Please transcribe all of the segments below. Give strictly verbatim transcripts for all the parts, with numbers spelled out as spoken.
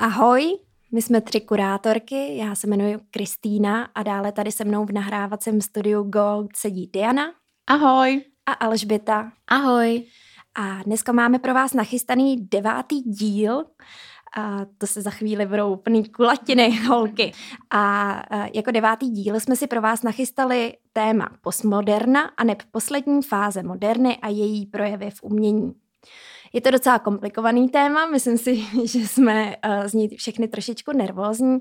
Ahoj, my jsme tři kurátorky, já se jmenuji Kristýna a dále tady se mnou v nahrávacím studiu Gold sedí Diana. Ahoj. A Alžběta. Ahoj. A dneska máme pro vás nachystaný devátý díl. A to se za chvíli budou plný kulatiny, holky. A jako devátý díl jsme si pro vás nachystali téma postmoderna a neb poslední fáze moderny a její projevy v umění. Je to docela komplikovaný téma, myslím si, že jsme uh, z ní všechny trošičku nervózní.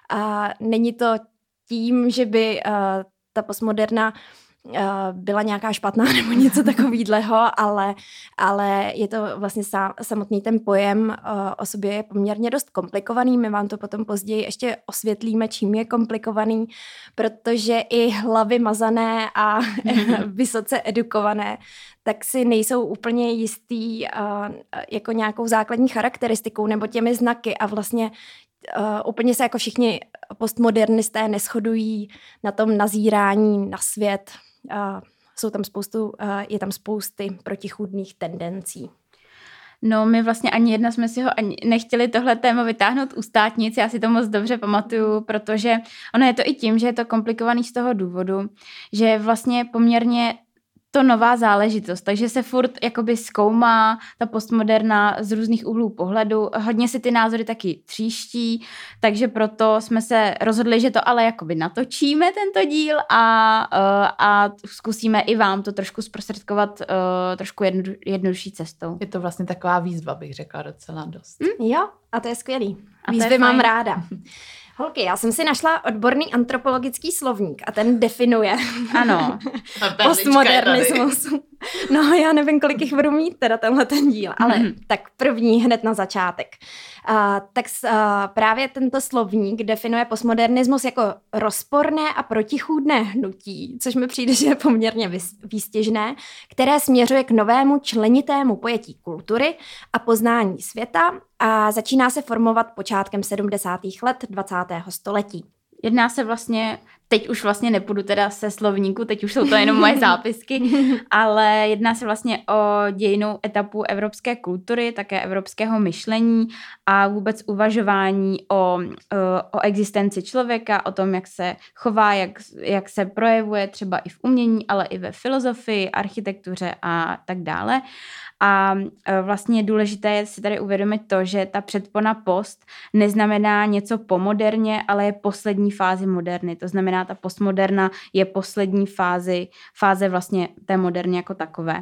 A není to tím, že by uh, ta postmoderna uh, byla nějaká špatná nebo něco takového, ale, ale je to vlastně sa, samotný ten pojem uh, o sobě je poměrně dost komplikovaný. My vám to potom později ještě osvětlíme, čím je komplikovaný, protože i hlavy mazané a vysoce edukované tak si nejsou úplně jistý uh, jako nějakou základní charakteristikou nebo těmi znaky a vlastně uh, úplně se jako všichni postmodernisté neshodují na tom nazírání na svět. Uh, jsou tam spoustu, uh, je tam spousty protichůdných tendencí. No, my vlastně ani jedna jsme si ho ani nechtěli tohle téma vytáhnout u státnic, já si to moc dobře pamatuju, protože ono je to i tím, že je to komplikovaný z toho důvodu, že vlastně poměrně to nová záležitost, takže se furt jakoby zkoumá ta postmoderna z různých úhlů pohledu, hodně si ty názory taky tříští, takže proto jsme se rozhodli, že to ale jakoby natočíme tento díl a, a zkusíme i vám to trošku zprostředkovat trošku jedno, jednodušší cestou. Je to vlastně taková výzva, bych řekla docela dost. Hm? Jo, a to je skvělý. Výzvy mám ráda. Holky, já jsem si našla odborný antropologický slovník a ten definuje ano. postmodernismus. No, já nevím, kolik jich budu mít teda tenhle ten díl, ale mm-hmm. tak první hned na začátek. Uh, tak uh, právě tento slovník definuje postmodernismus jako rozporné a protichůdné hnutí, což mi přijde, že je poměrně výstěžné, které směřuje k novému členitému pojetí kultury a poznání světa a začíná se formovat počátkem sedmdesátých let dvacátého století. Jedná se vlastně, teď už vlastně nepůjdu teda se slovníku, teď už jsou to jenom moje zápisky, ale jedná se vlastně o dějinnou etapu evropské kultury, také evropského myšlení a vůbec uvažování o, o existenci člověka, o tom, jak se chová, jak, jak se projevuje třeba i v umění, ale i ve filozofii, architektuře a tak dále. A vlastně důležité je si tady uvědomit to, že ta předpona post neznamená něco pomoderně, ale je poslední fázi moderny. To znamená, ta postmoderna je poslední fázi, fáze vlastně té moderny jako takové.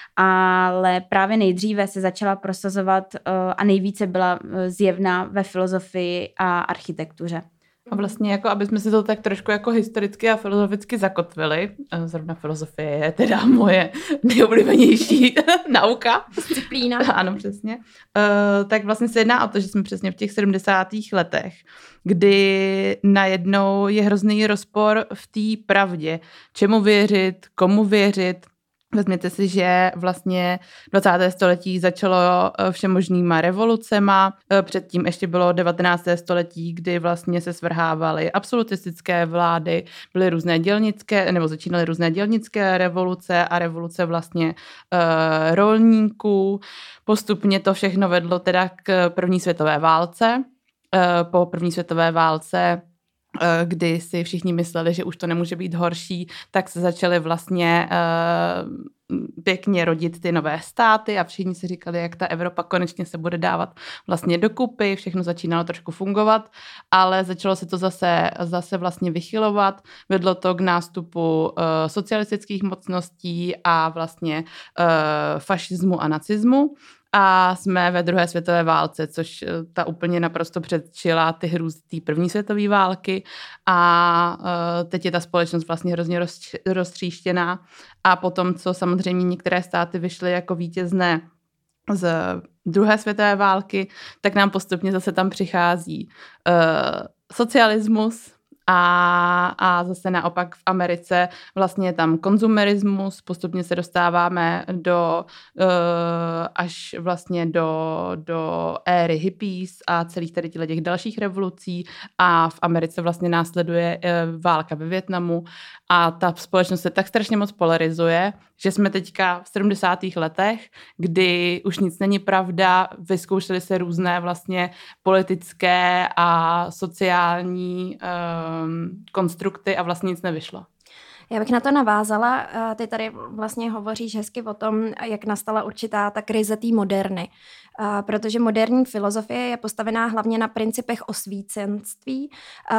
Ale právě nejdříve se začala prosazovat a nejvíce byla zjevná ve filozofii a architektuře. A vlastně, jako, aby jsme si to tak trošku jako historicky a filozoficky zakotvili, zrovna filozofie je teda moje nejoblíbenější nauka. Disciplína. Ano, přesně. Uh, tak vlastně se jedná o to, že jsme přesně v těch sedmdesátých letech, kdy najednou je hrozný rozpor v té pravdě. Čemu věřit, komu věřit. Vezměte si, že vlastně dvacátého století začalo všemožnýma revolucema, předtím ještě bylo devatenáctého století, kdy vlastně se svrhávaly absolutistické vlády, byly různé dělnické, nebo začínaly různé dělnické revoluce a revoluce vlastně uh, rolníků. Postupně to všechno vedlo teda k první světové válce. Uh, po první světové válce kdy si všichni mysleli, že už to nemůže být horší, tak se začaly vlastně uh, pěkně rodit ty nové státy a všichni si říkali, jak ta Evropa konečně se bude dávat vlastně dokupy, všechno začínalo trošku fungovat, ale začalo se to zase, zase vlastně vychylovat, vedlo to k nástupu uh, socialistických mocností a vlastně uh, fašismu a nacismu. A jsme ve druhé světové válce, což ta úplně naprosto předčila ty hrůzy té první světové války a uh, teď je ta společnost vlastně hrozně roz, roztříštěná a potom, co samozřejmě některé státy vyšly jako vítězné z druhé světové války, tak nám postupně zase tam přichází uh, socialismus, A, a zase naopak v Americe vlastně je tam konzumerismus, postupně se dostáváme do, uh, až vlastně do, do éry hippies a celých tady těch dalších revolucí a v Americe vlastně následuje uh, válka ve Vietnamu a ta společnost se tak strašně moc polarizuje, že jsme teďka v sedmdesátých letech, kdy už nic není pravda, vyzkoušely se různé vlastně politické a sociální um, konstrukty a vlastně nic nevyšlo. Já bych na to navázala. Ty tady vlastně hovoříš hezky o tom, jak nastala určitá ta krize té moderny. Protože moderní filozofie je postavená hlavně na principech osvícenství,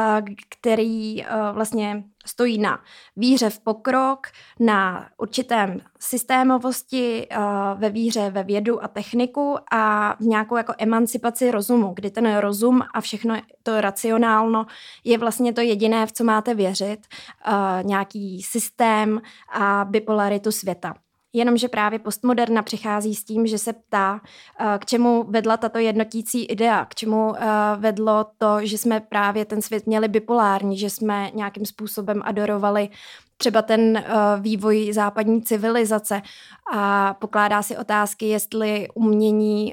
který vlastně stojí na víře v pokrok, na určitém systémovosti, ve víře ve vědu a techniku a v nějakou jako emancipaci rozumu, kdy ten rozum a všechno to racionálno je vlastně to jediné, v co máte věřit, nějaký systém a bipolaritu světa. Jenomže právě postmoderna přichází s tím, že se ptá, k čemu vedla tato jednotící idea, k čemu vedlo to, že jsme právě ten svět měli bipolární, že jsme nějakým způsobem adorovali třeba ten vývoj západní civilizace a pokládá si otázky, jestli umění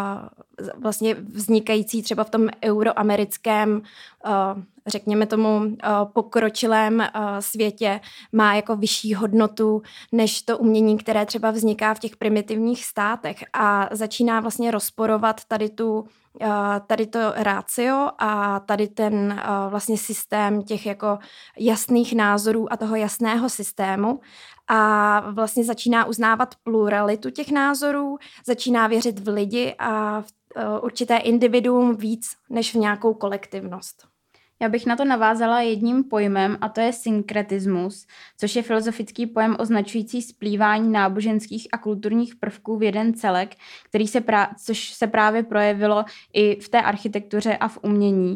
vlastně vznikající třeba v tom euroamerickém, řekněme tomu pokročilém světě, má jako vyšší hodnotu než to umění, které třeba vzniká v těch primitivních státech a začíná vlastně rozporovat tady tu tady to ratio a tady ten vlastně systém těch jako jasných názorů a toho jasného systému a vlastně začíná uznávat pluralitu těch názorů, začíná věřit v lidi a v určité individuum víc než v nějakou kolektivnost. Já bych na to navázala jedním pojmem a to je synkretismus, což je filozofický pojem označující splývání náboženských a kulturních prvků v jeden celek, který se prá- což se právě projevilo i v té architektuře a v umění.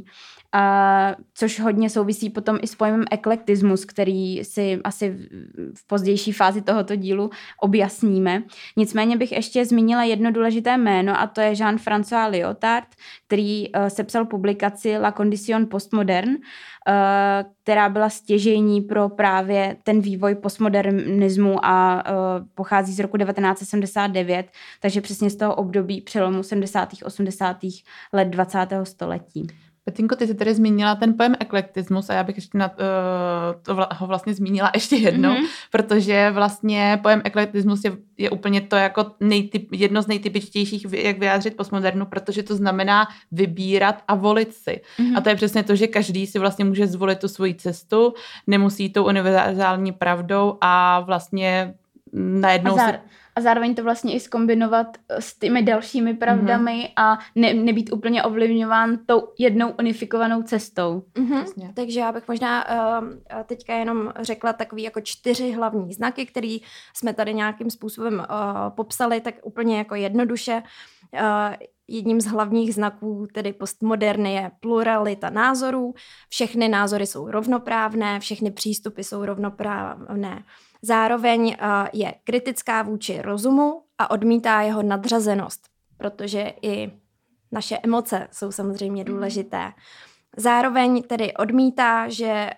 A což hodně souvisí potom i s pojmem eklektismus, který si asi v pozdější fázi tohoto dílu objasníme. Nicméně bych ještě zmínila jedno důležité jméno a to je Jean-François Lyotard, který uh, sepsal publikaci La condition postmoderne, uh, která byla stěžejní pro právě ten vývoj postmodernismu a uh, pochází z roku devatenáct set sedmdesát devět, takže přesně z toho období přelomu sedmdesátých osmdesátých let dvacátého století. Petinko, ty jsi tady zmínila ten pojem eklektismus a já bych ještě na, uh, to vla, ho vlastně zmínila ještě jednou, mm-hmm. protože vlastně pojem eklektismus je, je úplně to jako nejtyp, jedno z nejtypičtějších, jak vyjádřit postmodernu, protože to znamená vybírat a volit si. Mm-hmm. A to je přesně to, že každý si vlastně může zvolit tu svoji cestu, nemusí tou univerzální pravdou a vlastně najednou a, zár- se... a zároveň to vlastně i zkombinovat s těmi dalšími pravdami mm-hmm. a ne, nebýt úplně ovlivňován tou jednou unifikovanou cestou. Mm-hmm. Takže já bych možná uh, teďka jenom řekla takový jako čtyři hlavní znaky, které jsme tady nějakým způsobem uh, popsali, tak úplně jako jednoduše. Uh, jedním z hlavních znaků tedy postmoderny je pluralita názorů. Všechny názory jsou rovnoprávné, všechny přístupy jsou rovnoprávné. Zároveň je kritická vůči rozumu a odmítá jeho nadřazenost, protože i naše emoce jsou samozřejmě důležité. Zároveň tedy odmítá, že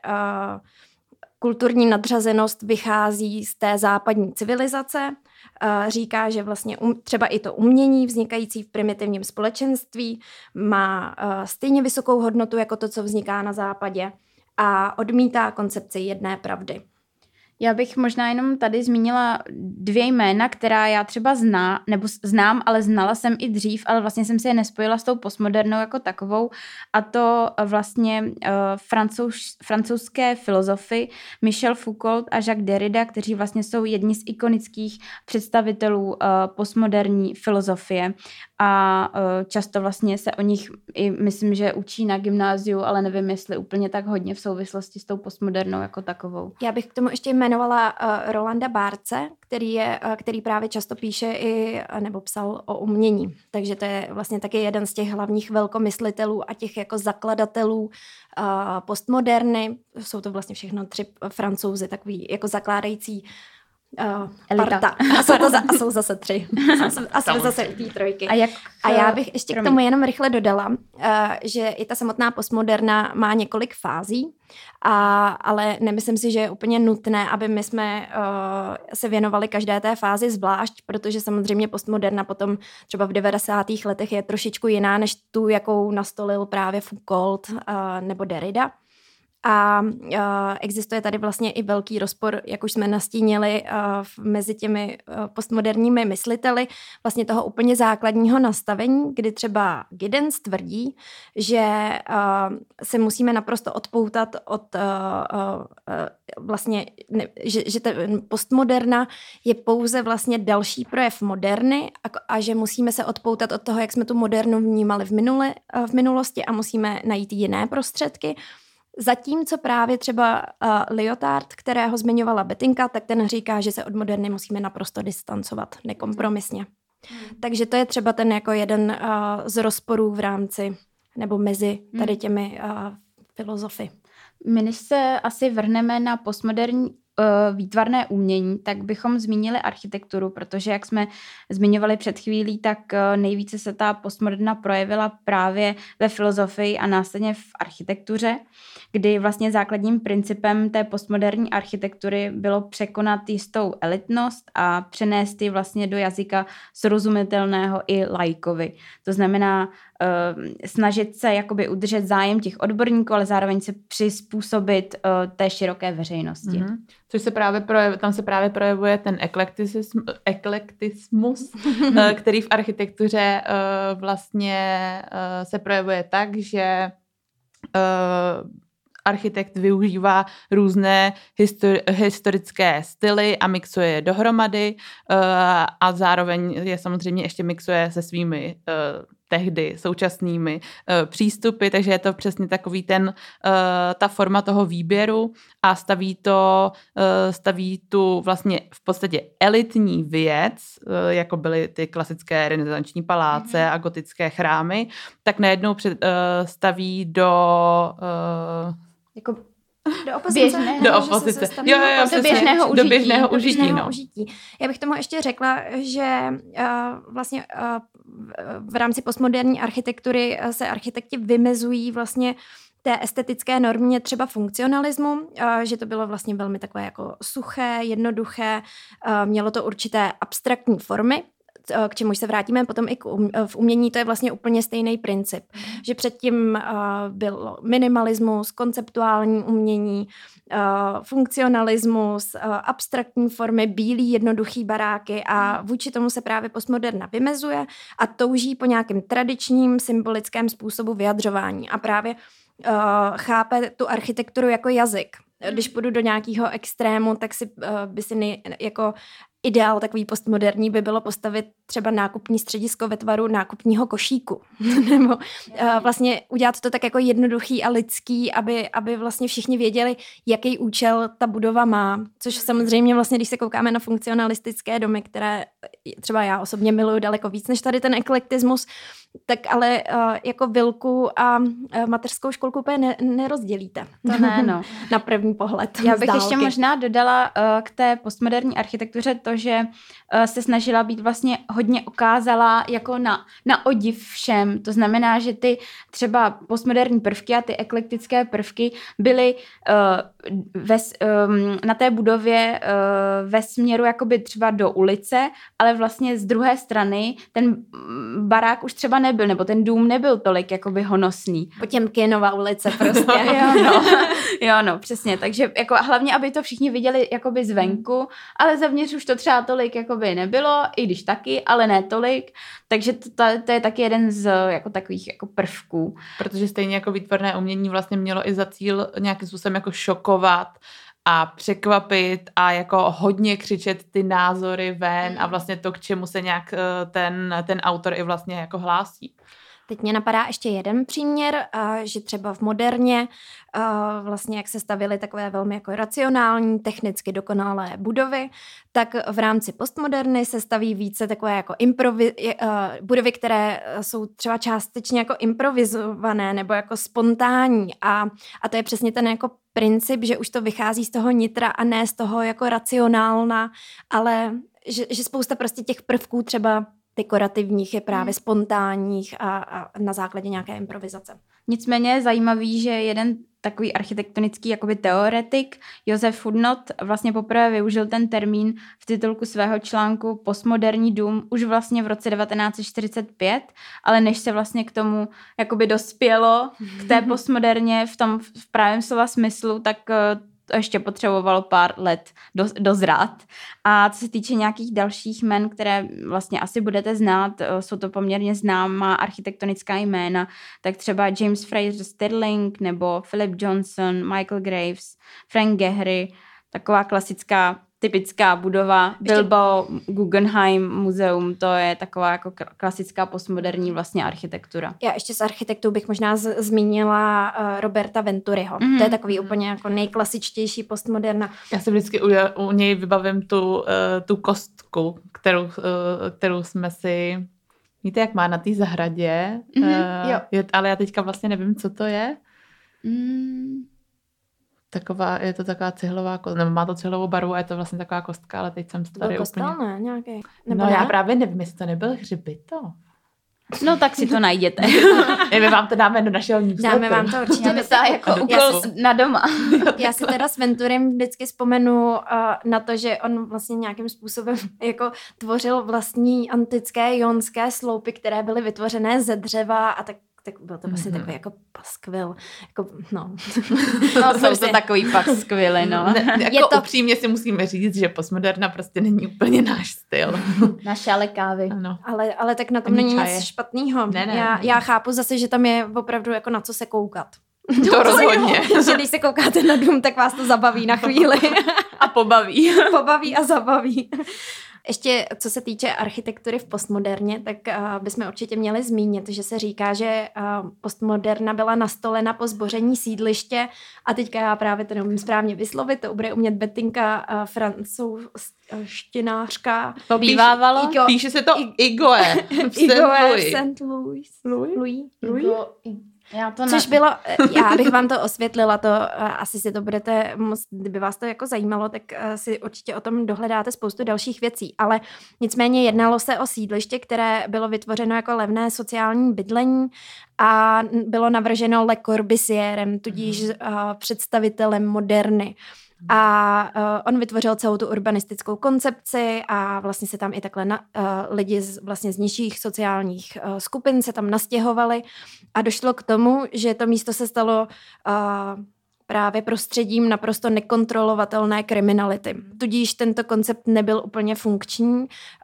kulturní nadřazenost vychází z té západní civilizace. Říká, že vlastně třeba i to umění vznikající v primitivním společenství má stejně vysokou hodnotu jako to, co vzniká na západě a odmítá koncepci jedné pravdy. Já bych možná jenom tady zmínila dvě jména, která já třeba zná, nebo znám, ale znala jsem i dřív, ale vlastně jsem se je nespojila s tou postmodernou jako takovou. A to vlastně uh, francouz, francouzské filozofy Michel Foucault a Jacques Derrida, kteří vlastně jsou jedni z ikonických představitelů uh, postmoderní filozofie. A uh, často vlastně se o nich i myslím, že učí na gymnáziu, ale nevím, jestli úplně tak hodně v souvislosti s tou postmodernou jako takovou. Já bych k tomu ještě jmenovala uh, Rolanda Barthe, který, je, uh, který právě často píše i, nebo psal o umění. Takže to je vlastně taky jeden z těch hlavních velkomyslitelů a těch jako zakladatelů uh, postmoderny. Jsou to vlastně všechno tři Francouzi, takový jako zakládající Uh, parta. A jsou, to za, a jsou zase tři. A jsou zase té trojky. A, jak, a já bych ještě promiň. k tomu jenom rychle dodala, uh, že i ta samotná postmoderna má několik fází, a, ale nemyslím si, že je úplně nutné, aby my jsme uh, se věnovali každé té fázi zvlášť, protože samozřejmě postmoderna potom třeba v devadesátých letech je trošičku jiná, než tu, jakou nastolil právě Foucault uh, nebo Derrida. A uh, existuje tady vlastně i velký rozpor, jak už jsme nastínili, uh, mezi těmi uh, postmoderními mysliteli vlastně toho úplně základního nastavení, kdy třeba Giddens tvrdí, že uh, se musíme naprosto odpoutat od uh, uh, vlastně, ne, že, že ta postmoderna je pouze vlastně další projev moderny a, a že musíme se odpoutat od toho, jak jsme tu modernu vnímali v, minule, v minulosti a musíme najít jiné prostředky. Zatímco právě třeba uh, Lyotard, kterého zmiňovala Bettinka, tak ten říká, že se od moderny musíme naprosto distancovat nekompromisně. Hmm. Takže to je třeba ten jako jeden uh, z rozporů v rámci nebo mezi tady těmi uh, filozofy. My než se asi vrhneme na postmoderní uh, výtvarné umění, tak bychom zmínili architekturu, protože jak jsme zmiňovali před chvílí, tak uh, nejvíce se ta postmoderna projevila právě ve filozofii a následně v architektuře, kdy vlastně základním principem té postmoderní architektury bylo překonat jistou elitnost a přenést ji vlastně do jazyka srozumitelného i laikovi. To znamená uh, snažit se jakoby udržet zájem těch odborníků, ale zároveň se přizpůsobit uh, té široké veřejnosti. Mm-hmm. Což se právě projevuje, tam se právě projevuje ten eklekticism, eklektismus, který v architektuře uh, vlastně uh, se projevuje tak, že uh, architekt využívá různé histori- historické styly a mixuje je dohromady uh, a zároveň je samozřejmě ještě mixuje se svými uh, tehdy současnými uh, přístupy, takže je to přesně takový ten, uh, ta forma toho výběru a staví to, uh, staví tu vlastně v podstatě elitní věc, uh, jako byly ty klasické renesanční paláce mm-hmm. a gotické chrámy, tak najednou před, uh, staví do uh, jako do opozice. Běžného, do opozice. Se jo, jo, jo, do běžného užití. Do běžného do užití, běžného no. užití. Já bych tomu ještě řekla, že uh, vlastně uh, v rámci postmoderní architektury se architekti vymezují vlastně té estetické normě třeba funkcionalismu, uh, že to bylo vlastně velmi takové jako suché, jednoduché, uh, mělo to určité abstraktní formy, k čemuž se vrátíme potom i k um, v umění, to je vlastně úplně stejný princip. Mm. Že předtím uh, byl minimalismus, konceptuální umění, uh, funkcionalismus, uh, abstraktní formy, bílý, jednoduchý baráky a vůči tomu se právě postmoderna vymezuje a touží po nějakém tradičním symbolickém způsobu vyjadřování a právě uh, chápe tu architekturu jako jazyk. Když půjdu do nějakého extrému, tak si uh, by si nej, jako ideál takový postmoderní by bylo postavit třeba nákupní středisko ve tvaru nákupního košíku. Nebo uh, vlastně udělat to tak jako jednoduchý a lidský, aby, aby vlastně všichni věděli, jaký účel ta budova má. Což samozřejmě vlastně, když se koukáme na funkcionalistické domy, které třeba já osobně miluju daleko víc než tady ten eklektismus, tak ale uh, jako vilku a uh, mateřskou školku úplně ne, nerozdělíte. To ne, no. Na první pohled. Já bych ještě možná dodala uh, k té postmoderní architektuře to, že uh, se snažila být vlastně hodně okázala jako na, na odiv všem. To znamená, že ty třeba postmoderní prvky a ty eklektické prvky byly uh, ve, um, na té budově uh, ve směru jakoby třeba do ulice, ale vlastně z druhé strany ten barák už třeba nebyl, nebo ten dům nebyl tolik jakoby honosný. Potěmkinova ulice prostě. jo, no. jo, no, přesně. Takže jako hlavně, aby to všichni viděli jakoby zvenku, ale zevnitř už to třeba tolik jakoby nebylo, i když taky, ale ne tolik. Takže to, to, to je taky jeden z jako takových jako prvků. Protože stejně jako výtvarné umění vlastně mělo i za cíl nějakým způsobem jako šokovat a překvapit a jako hodně křičet ty názory ven a vlastně to, k čemu se nějak ten, ten autor i vlastně jako hlásí. Teď mě napadá ještě jeden příměr, že třeba v moderně vlastně jak se stavily takové velmi jako racionální, technicky dokonalé budovy, tak v rámci postmoderny se staví více takové jako improvi- budovy, které jsou třeba částečně jako improvizované nebo jako spontánní a, a to je přesně ten jako princip, že už to vychází z toho nitra a ne z toho jako racionálna, ale že, že spousta prostě těch prvků třeba dekorativních je právě spontánních a, a na základě nějaké improvizace. Nicméně je zajímavý, že jeden takový architektonický jakoby teoretik, Josef Hudnot, vlastně poprvé využil ten termín v titulku svého článku Postmoderní dům už vlastně v roce devatenáct set čtyřicet pět, ale než se vlastně k tomu jakoby dospělo k té postmoderně v tom v právém slova smyslu, tak to ještě potřebovalo pár let do, dozrát. A co se týče nějakých dalších jmen, které vlastně asi budete znát, jsou to poměrně známá architektonická jména, tak třeba James Fraser Stirling nebo Philip Johnson, Michael Graves, Frank Gehry, taková klasická typická budova, Bilbao Guggenheim muzeum, to je taková jako klasická postmoderní vlastně architektura. Já ještě z architektů bych možná z- zmínila uh, Roberta Venturiho. Mm. To je takový úplně jako nejklasičtější postmoderna. Já si vždycky u, u něj vybavím tu, uh, tu kostku, kterou, uh, kterou jsme si... Víte, jak má na té zahradě? Mm-hmm, uh, jo. Je, ale já teďka vlastně nevím, co to je. Mm. Taková, je to taková cihlová kostka, nebo má to cihlovou barvu a je to vlastně taková kostka, ale teď jsem to tady Byl úplně... kostel, ne? Nějaký. Nebo No ne? já právě nevím, jestli to nebyl hřbitov. No tak si to najděte. My vám to dáme do našeho newsletteru. Dáme vám to určitě. Dáme to jako úkol na doma. Já si teda s Venturem vždycky vzpomenu uh, na to, že on vlastně nějakým způsobem jako tvořil vlastní antické jonské sloupy, které byly vytvořené ze dřeva a tak tak byl to vlastně mm-hmm. takový jako paskvil. Jako, no. No, jsou to takový fakt skvělý, no. Ne, jako je to... upřímně si musíme říct, že postmoderna prostě není úplně náš styl. Na šále kávy. Ano. Ale, ale tak na tom Ani není čaje. nic špatného. Ne, ne, já, ne. já chápu zase, že tam je opravdu jako na co se koukat. To rozhodně. Že když se koukáte na dům, tak vás to zabaví na chvíli. A pobaví. Pobaví a zabaví. Ještě co se týče architektury v postmoderně, tak uh, bychom určitě měli zmínit, že se říká, že uh, postmoderna byla nastolena po zboření sídliště a teďka já právě to neumím správně vyslovit, to bude umět Bettinka, uh, francouzštinářka. To Bývávalo? Igo, Píše se to Igoe. Igoe v Saint Louis. Louis? Louis. Louis? Já to Což ne... bylo, já bych vám to osvětlila, to asi si to budete, kdyby vás to jako zajímalo, tak si určitě o tom dohledáte spoustu dalších věcí, ale nicméně jednalo se o sídliště, které bylo vytvořeno jako levné sociální bydlení a bylo navrženo Le Corbusierem, tudíž mm. představitelem moderny. A uh, on vytvořil celou tu urbanistickou koncepci a vlastně se tam i takhle na, uh, lidi z, vlastně z nižších sociálních uh, skupin se tam nastěhovali a došlo k tomu, že to místo se stalo uh, právě prostředím naprosto nekontrolovatelné kriminality. Tudíž tento koncept nebyl úplně funkční uh,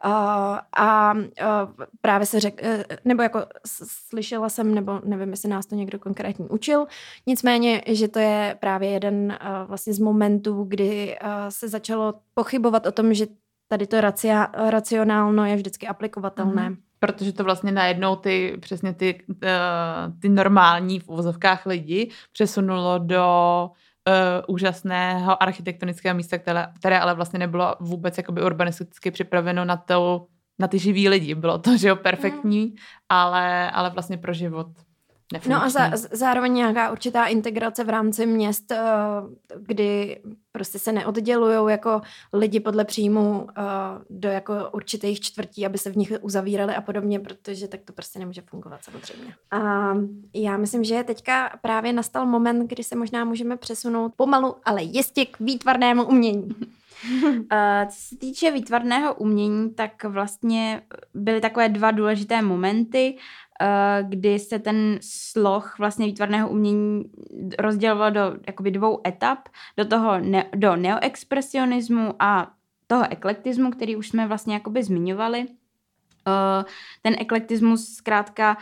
a uh, právě se řek, uh, nebo jako slyšela jsem, nebo nevím, jestli nás to někdo konkrétně učil, nicméně, že to je právě jeden uh, vlastně z momentů, kdy uh, se začalo pochybovat o tom, že tady to racia, racionálno je vždycky aplikovatelné. Mm-hmm. Protože to vlastně najednou ty, přesně ty, uh, ty normální v uvozovkách lidi přesunulo do uh, úžasného architektonického místa, které, které ale vlastně nebylo vůbec jakoby urbanisticky připraveno na, to, na ty živý lidi. Bylo to, že jo, perfektní, mm. ale, ale vlastně pro život nefunkční. No a za, zároveň nějaká určitá integrace v rámci měst, kdy prostě se neoddělujou jako lidi podle příjmu do jako určitých čtvrtí, aby se v nich uzavírali a podobně, protože tak to prostě nemůže fungovat samozřejmě. A já myslím, že teďka právě nastal moment, kdy se možná můžeme přesunout pomalu, ale jistě k výtvarnému umění. Co se týče výtvarného umění, tak vlastně byly takové dva důležité momenty, kdy se ten sloh vlastně výtvarného umění rozděloval do jakoby dvou etap, do toho ne, do neoexpresionismu a toho eklektismu, který už jsme vlastně jakoby zmiňovali. Ten eklektismus zkrátka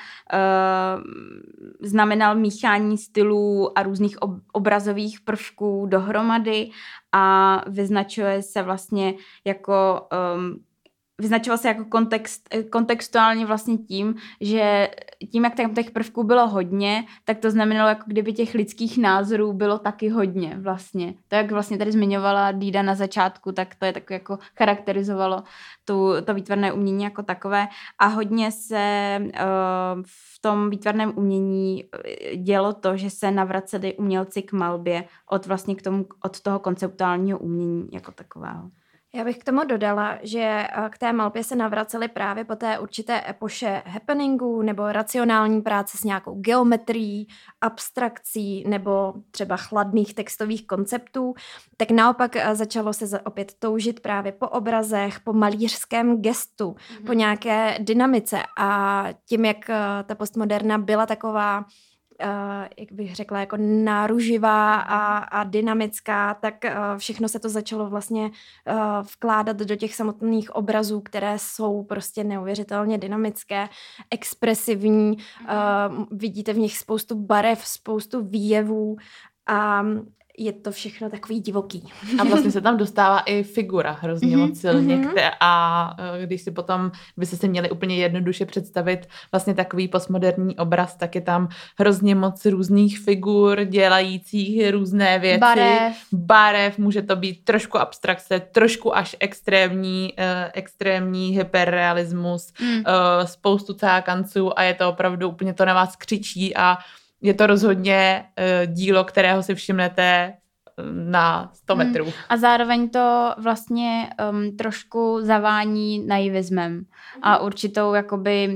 znamenal míchání stylů a různých obrazových prvků dohromady a vyznačuje se vlastně jako vyznačoval se jako kontext, kontextuálně vlastně tím, že tím, jak těch prvků bylo hodně, tak to znamenalo, jako kdyby těch lidských názorů bylo taky hodně vlastně. To, jak vlastně tady zmiňovala Dída na začátku, tak to je tak jako charakterizovalo tu, to výtvarné umění jako takové a hodně se uh, v tom výtvarném umění dělo to, že se navraceli umělci k malbě od vlastně k tomu, od toho konceptuálního umění jako takového. Já bych k tomu dodala, že k té malbě se navraceli právě po té určité epoše happeningů nebo racionální práce s nějakou geometrií, abstrakcí nebo třeba chladných textových konceptů, tak naopak začalo se opět toužit právě po obrazech, po malířském gestu, mm-hmm. po nějaké dynamice a tím, jak ta postmoderna byla taková Uh, jak bych řekla, jako náruživá a, a dynamická, tak uh, všechno se to začalo vlastně uh, vkládat do těch samotných obrazů, které jsou prostě neuvěřitelně dynamické, expresivní, uh, vidíte v nich spoustu barev, spoustu výjevů a je to všechno takový divoký. A vlastně se tam dostává i figura hrozně moc silně. Mm-hmm. A když si potom, byste si měli úplně jednoduše představit vlastně takový postmoderní obraz, tak je tam hrozně moc různých figur, dělajících různé věci. Barev. Barev, může to být trošku abstrakce, trošku až extrémní, eh, extrémní hyperrealismus, mm. eh, spoustu cákanců a je to opravdu úplně to na vás křičí a je to rozhodně uh, dílo, kterého si všimnete na sto metrů. Hmm. A zároveň to vlastně um, trošku zavání naivismem a určitou jakoby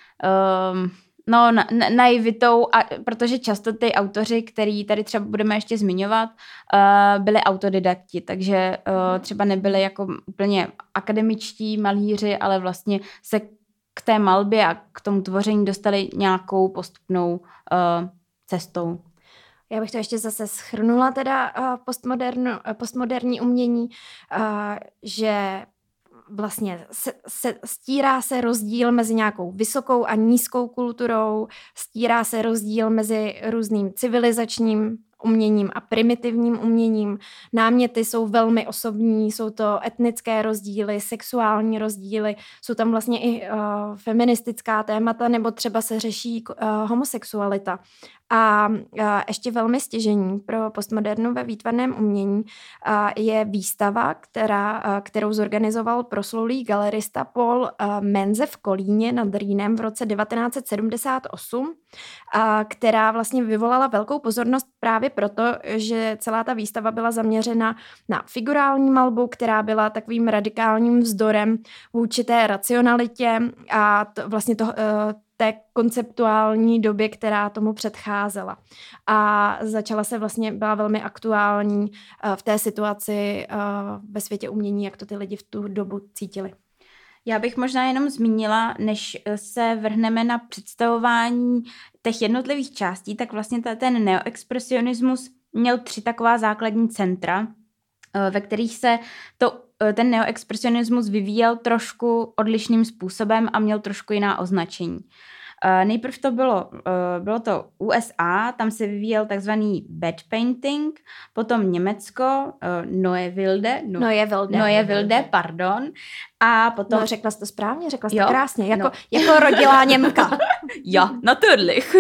um, no na, na, naivitou, a, protože často ty autoři, který tady třeba budeme ještě zmiňovat, uh, byli autodidakti, takže uh, třeba nebyli jako úplně akademičtí malíři, ale vlastně se k té malbě a k tomu tvoření dostali nějakou postupnou uh, cestou. Já bych to ještě zase shrnula teda uh, postmodernu, uh, postmoderní umění, uh, že vlastně se, se, stírá se rozdíl mezi nějakou vysokou a nízkou kulturou, stírá se rozdíl mezi různým civilizačním uměním a primitivním uměním. Náměty jsou velmi osobní, jsou to etnické rozdíly, sexuální rozdíly, jsou tam vlastně i uh, feministická témata, nebo třeba se řeší uh, homosexualita. A uh, ještě velmi stěžení pro postmodernu ve výtvarném umění uh, je výstava, která, uh, kterou zorganizoval proslulý galerista Paul uh, Menze v Kolíně nad Rýnem v roce devatenáct set sedmdesát osm, uh, která vlastně vyvolala velkou pozornost právě proto, že celá ta výstava byla zaměřena na figurální malbu, která byla takovým radikálním vzdorem vůči té racionalitě a to, vlastně to, uh, té konceptuální době, která tomu předcházela. A začala se vlastně, byla velmi aktuální uh, v té situaci uh, ve světě umění, jak to ty lidi v tu dobu cítili. Já bych možná jenom zmínila, než se vrhneme na představování těch jednotlivých částí, tak vlastně ten neoexpresionismus měl tři taková základní centra, ve kterých se to, ten neoexpresionismus vyvíjel trošku odlišným způsobem a měl trošku jiná označení. Nejprv to bylo, bylo to U S A, tam se vyvíjel takzvaný bad painting, potom Německo, Neue Wilde, no, Neue Wilde, Neue Wilde, pardon, a potom... No, řekla jsi to správně, řekla jsi to jo? krásně, jako, no. jako rodilá Němka. Ja, natürlich.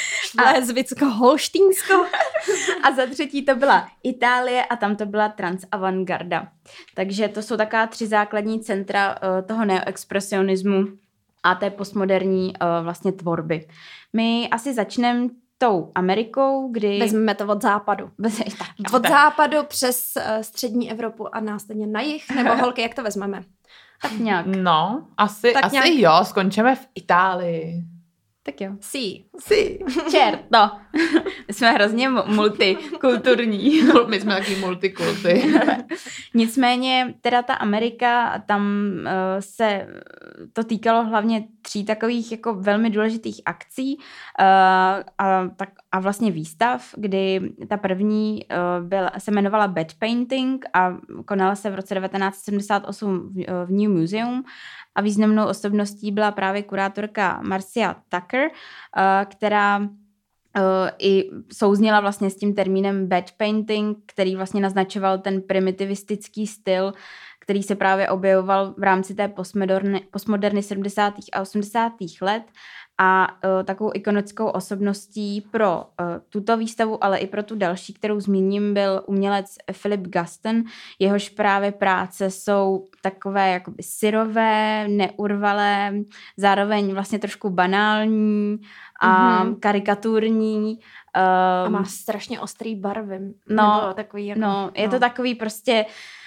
Schleswicko-Holštínsko. A za třetí to byla Itálie a tam to byla transavantgarda. Takže to jsou taková tři základní centra uh, toho neoexpresionismu a té postmoderní uh, vlastně tvorby. My asi začneme tou Amerikou, kdy... Vezmeme to od západu. Bez... tak, od tak. západu přes uh, střední Evropu a následně na jih, nebo holky, jak to vezmeme? Tak nějak. No, asi, tak asi nějak... jo, skončíme v Itálii. Tak jo. Sí. Sí. Čerto. My jsme hrozně multikulturní. My jsme taky multikulty. Nicméně teda ta Amerika, tam uh, se to týkalo hlavně tří takových jako velmi důležitých akcí uh, a, tak, a vlastně výstav, kdy ta první uh, byla, se jmenovala Bad Painting a konala se v roce devatenáct set sedmdesát osm v, v New Museum a významnou osobností byla právě kurátorka Marcia Tucker, uh, která Uh, i souzněla vlastně s tím termínem bad painting, který vlastně naznačoval ten primitivistický styl, který se právě objevoval v rámci té postmoderny, postmoderny sedmdesátých a osmdesátých let a uh, takovou ikonickou osobností pro uh, tuto výstavu, ale i pro tu další, kterou zmíním, byl umělec Philip Gaston. Jehož právě práce jsou takové jakoby syrové, neurvalé, zároveň vlastně trošku banální a mm-hmm. karikaturní. Um, a má strašně ostrý barvy. No, takový jako, no, je no. to takový prostě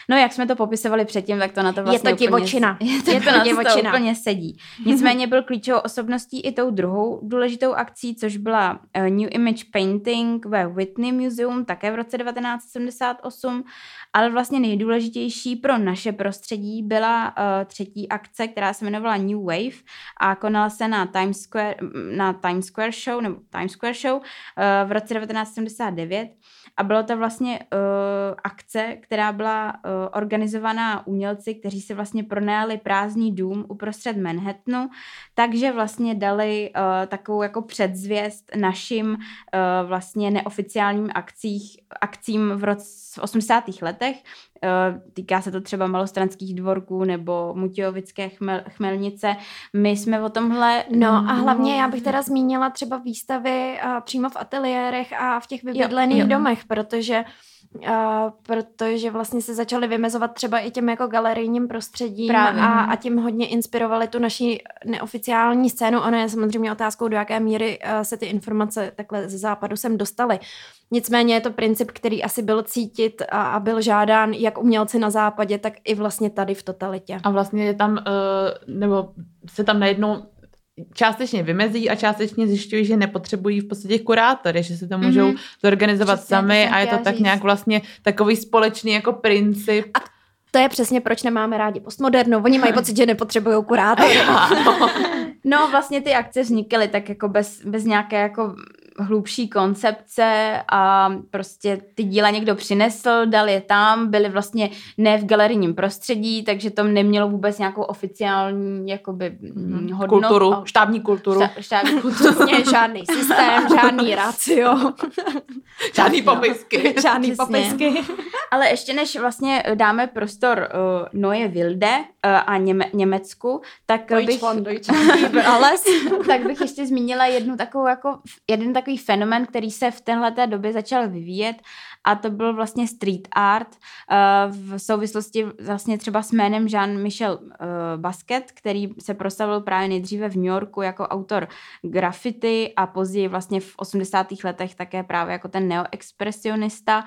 No, jak jsme to popisovali předtím, tak to na to vlastně je to divočina. Úplně, je to, je to na divočina. To úplně sedí. Nicméně byl klíčovou osobností i tou druhou důležitou akcí, což byla New Image Painting ve Whitney Museum, také v roce devatenáct sedmdesát osm, ale vlastně nejdůležitější pro naše prostředí byla uh, třetí akce, která se jmenovala New Wave a konala se na Times Square, na Times Square Show, nebo Times Square Show uh, v roce devatenáct sedmdesát devět. A bylo to vlastně uh, akce, která byla uh, organizovaná umělci, kteří si vlastně pronajali prázdný dům uprostřed Manhattanu, takže vlastně dali uh, takovou jako předzvěst našim uh, vlastně neoficiálním akcích, akcím v roce v osmdesátých letech. Uh, týká se to třeba Malostranských dvorků nebo Mutějovické chmel, chmelnice. My jsme o tomhle... No a hlavně já bych teda zmínila třeba výstavy uh, přímo v ateliérech a v těch vybydlených jo, jo. domech, protože Uh, protože vlastně se začaly vymezovat třeba i těm jako galerijním prostředím a, a tím hodně inspirovali tu naši neoficiální scénu. Ono je samozřejmě otázkou, do jaké míry uh, se ty informace takhle ze západu sem dostaly. Nicméně je to princip, který asi byl cítit a, a byl žádán jak umělci na západě, tak i vlastně tady v totalitě. A vlastně je tam, uh, nebo se tam najednou částečně vymezí a částečně zjišťují, že nepotřebují v podstatě kurátory, že si to můžou mm-hmm. zorganizovat přesně, sami a je to tak říct. Nějak vlastně takový společný jako princip. A to je přesně, proč nemáme rádi postmodernu. Oni mají pocit, že nepotřebují kurátory. No vlastně ty akce vznikaly tak jako bez, bez nějaké jako hlubší koncepce a prostě ty díla někdo přinesl, dal je tam, byly vlastně ne v galerijním prostředí, takže to nemělo vůbec nějakou oficiální jakoby mm-hmm. hodnotu. Kulturu, štábní kulturu. Šta, štábní kulturu. Přesně, žádný systém, žádný ratio. Žádný popisky. Žádný popisky. Ale ještě než vlastně dáme prostor uh, Neue Wilde uh, a Něme- Německu, tak bych, tak bych ještě zmínila jednu takovou jako, jeden takový fenomén, který se v téhleté době začal vyvíjet a to byl vlastně street art uh, v souvislosti vlastně třeba s jménem Jean-Michel uh, Basquiat, který se proslavil právě nejdříve v New Yorku jako autor graffiti a později vlastně v osmdesátých letech také právě jako ten neoexpresionista.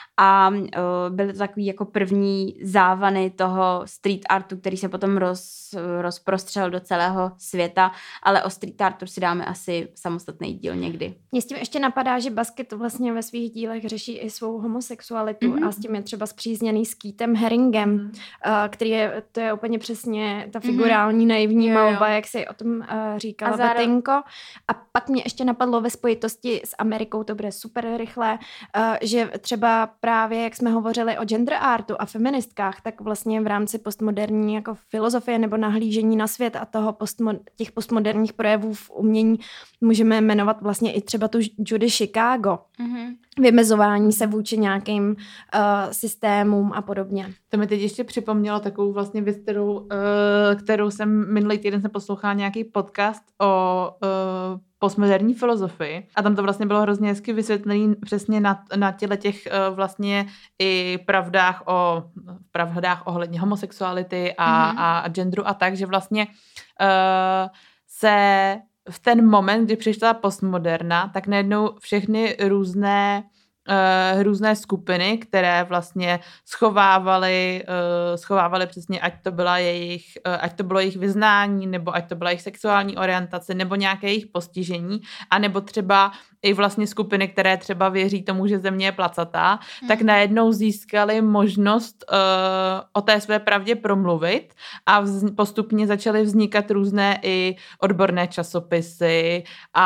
A uh, byly to takový jako první závany toho street artu, který se potom roz, rozprostřel do celého světa, ale o street artu si dáme asi samostatný díl někdy. Mě s tím ještě napadá, že Basquiat vlastně ve svých dílech řeší i svou homosexualitu mm-hmm. a s tím je třeba spřízněný s Keithem Haringem, mm-hmm. uh, který je, to je úplně přesně ta figurální mm-hmm. naivní malba, jak si o tom uh, říkala zároveň... Betinko. A pak mě ještě napadlo ve spojitosti s Amerikou, to bude super rychle, uh, že třeba právě, jak jsme hovořili o gender artu a feministkách, tak vlastně v rámci postmoderní jako filozofie nebo nahlížení na svět a toho postmo- těch postmoderních projevů v umění můžeme jmenovat vlastně i třeba tu Judy Chicago. Mm-hmm. Vymezování se vůči nějakým uh, systémům a podobně. To mi teď ještě připomnělo takovou vlastně věc, kterou, uh, kterou jsem minulý týden jsem poslouchala nějaký podcast o uh, postmoderní filozofii a tam to vlastně bylo hrozně hezky vysvětlený přesně na, na těle těch uh, vlastně i pravdách o pravdách ohledně homosexuality a, mm-hmm. a, a genderu a tak, že vlastně uh, se v ten moment, kdy přišla postmoderna, tak najednou všechny různé Uh, různé skupiny, které vlastně schovávaly, uh, schovávaly přesně, ať to byla jejich, uh, ať to bylo jejich vyznání, nebo ať to byla jejich sexuální orientace, nebo nějaké jejich postižení, anebo třeba i vlastně skupiny, které třeba věří tomu, že země je placatá, hmm. tak najednou získali možnost uh, o té své pravdě promluvit a vz, postupně začaly vznikat různé i odborné časopisy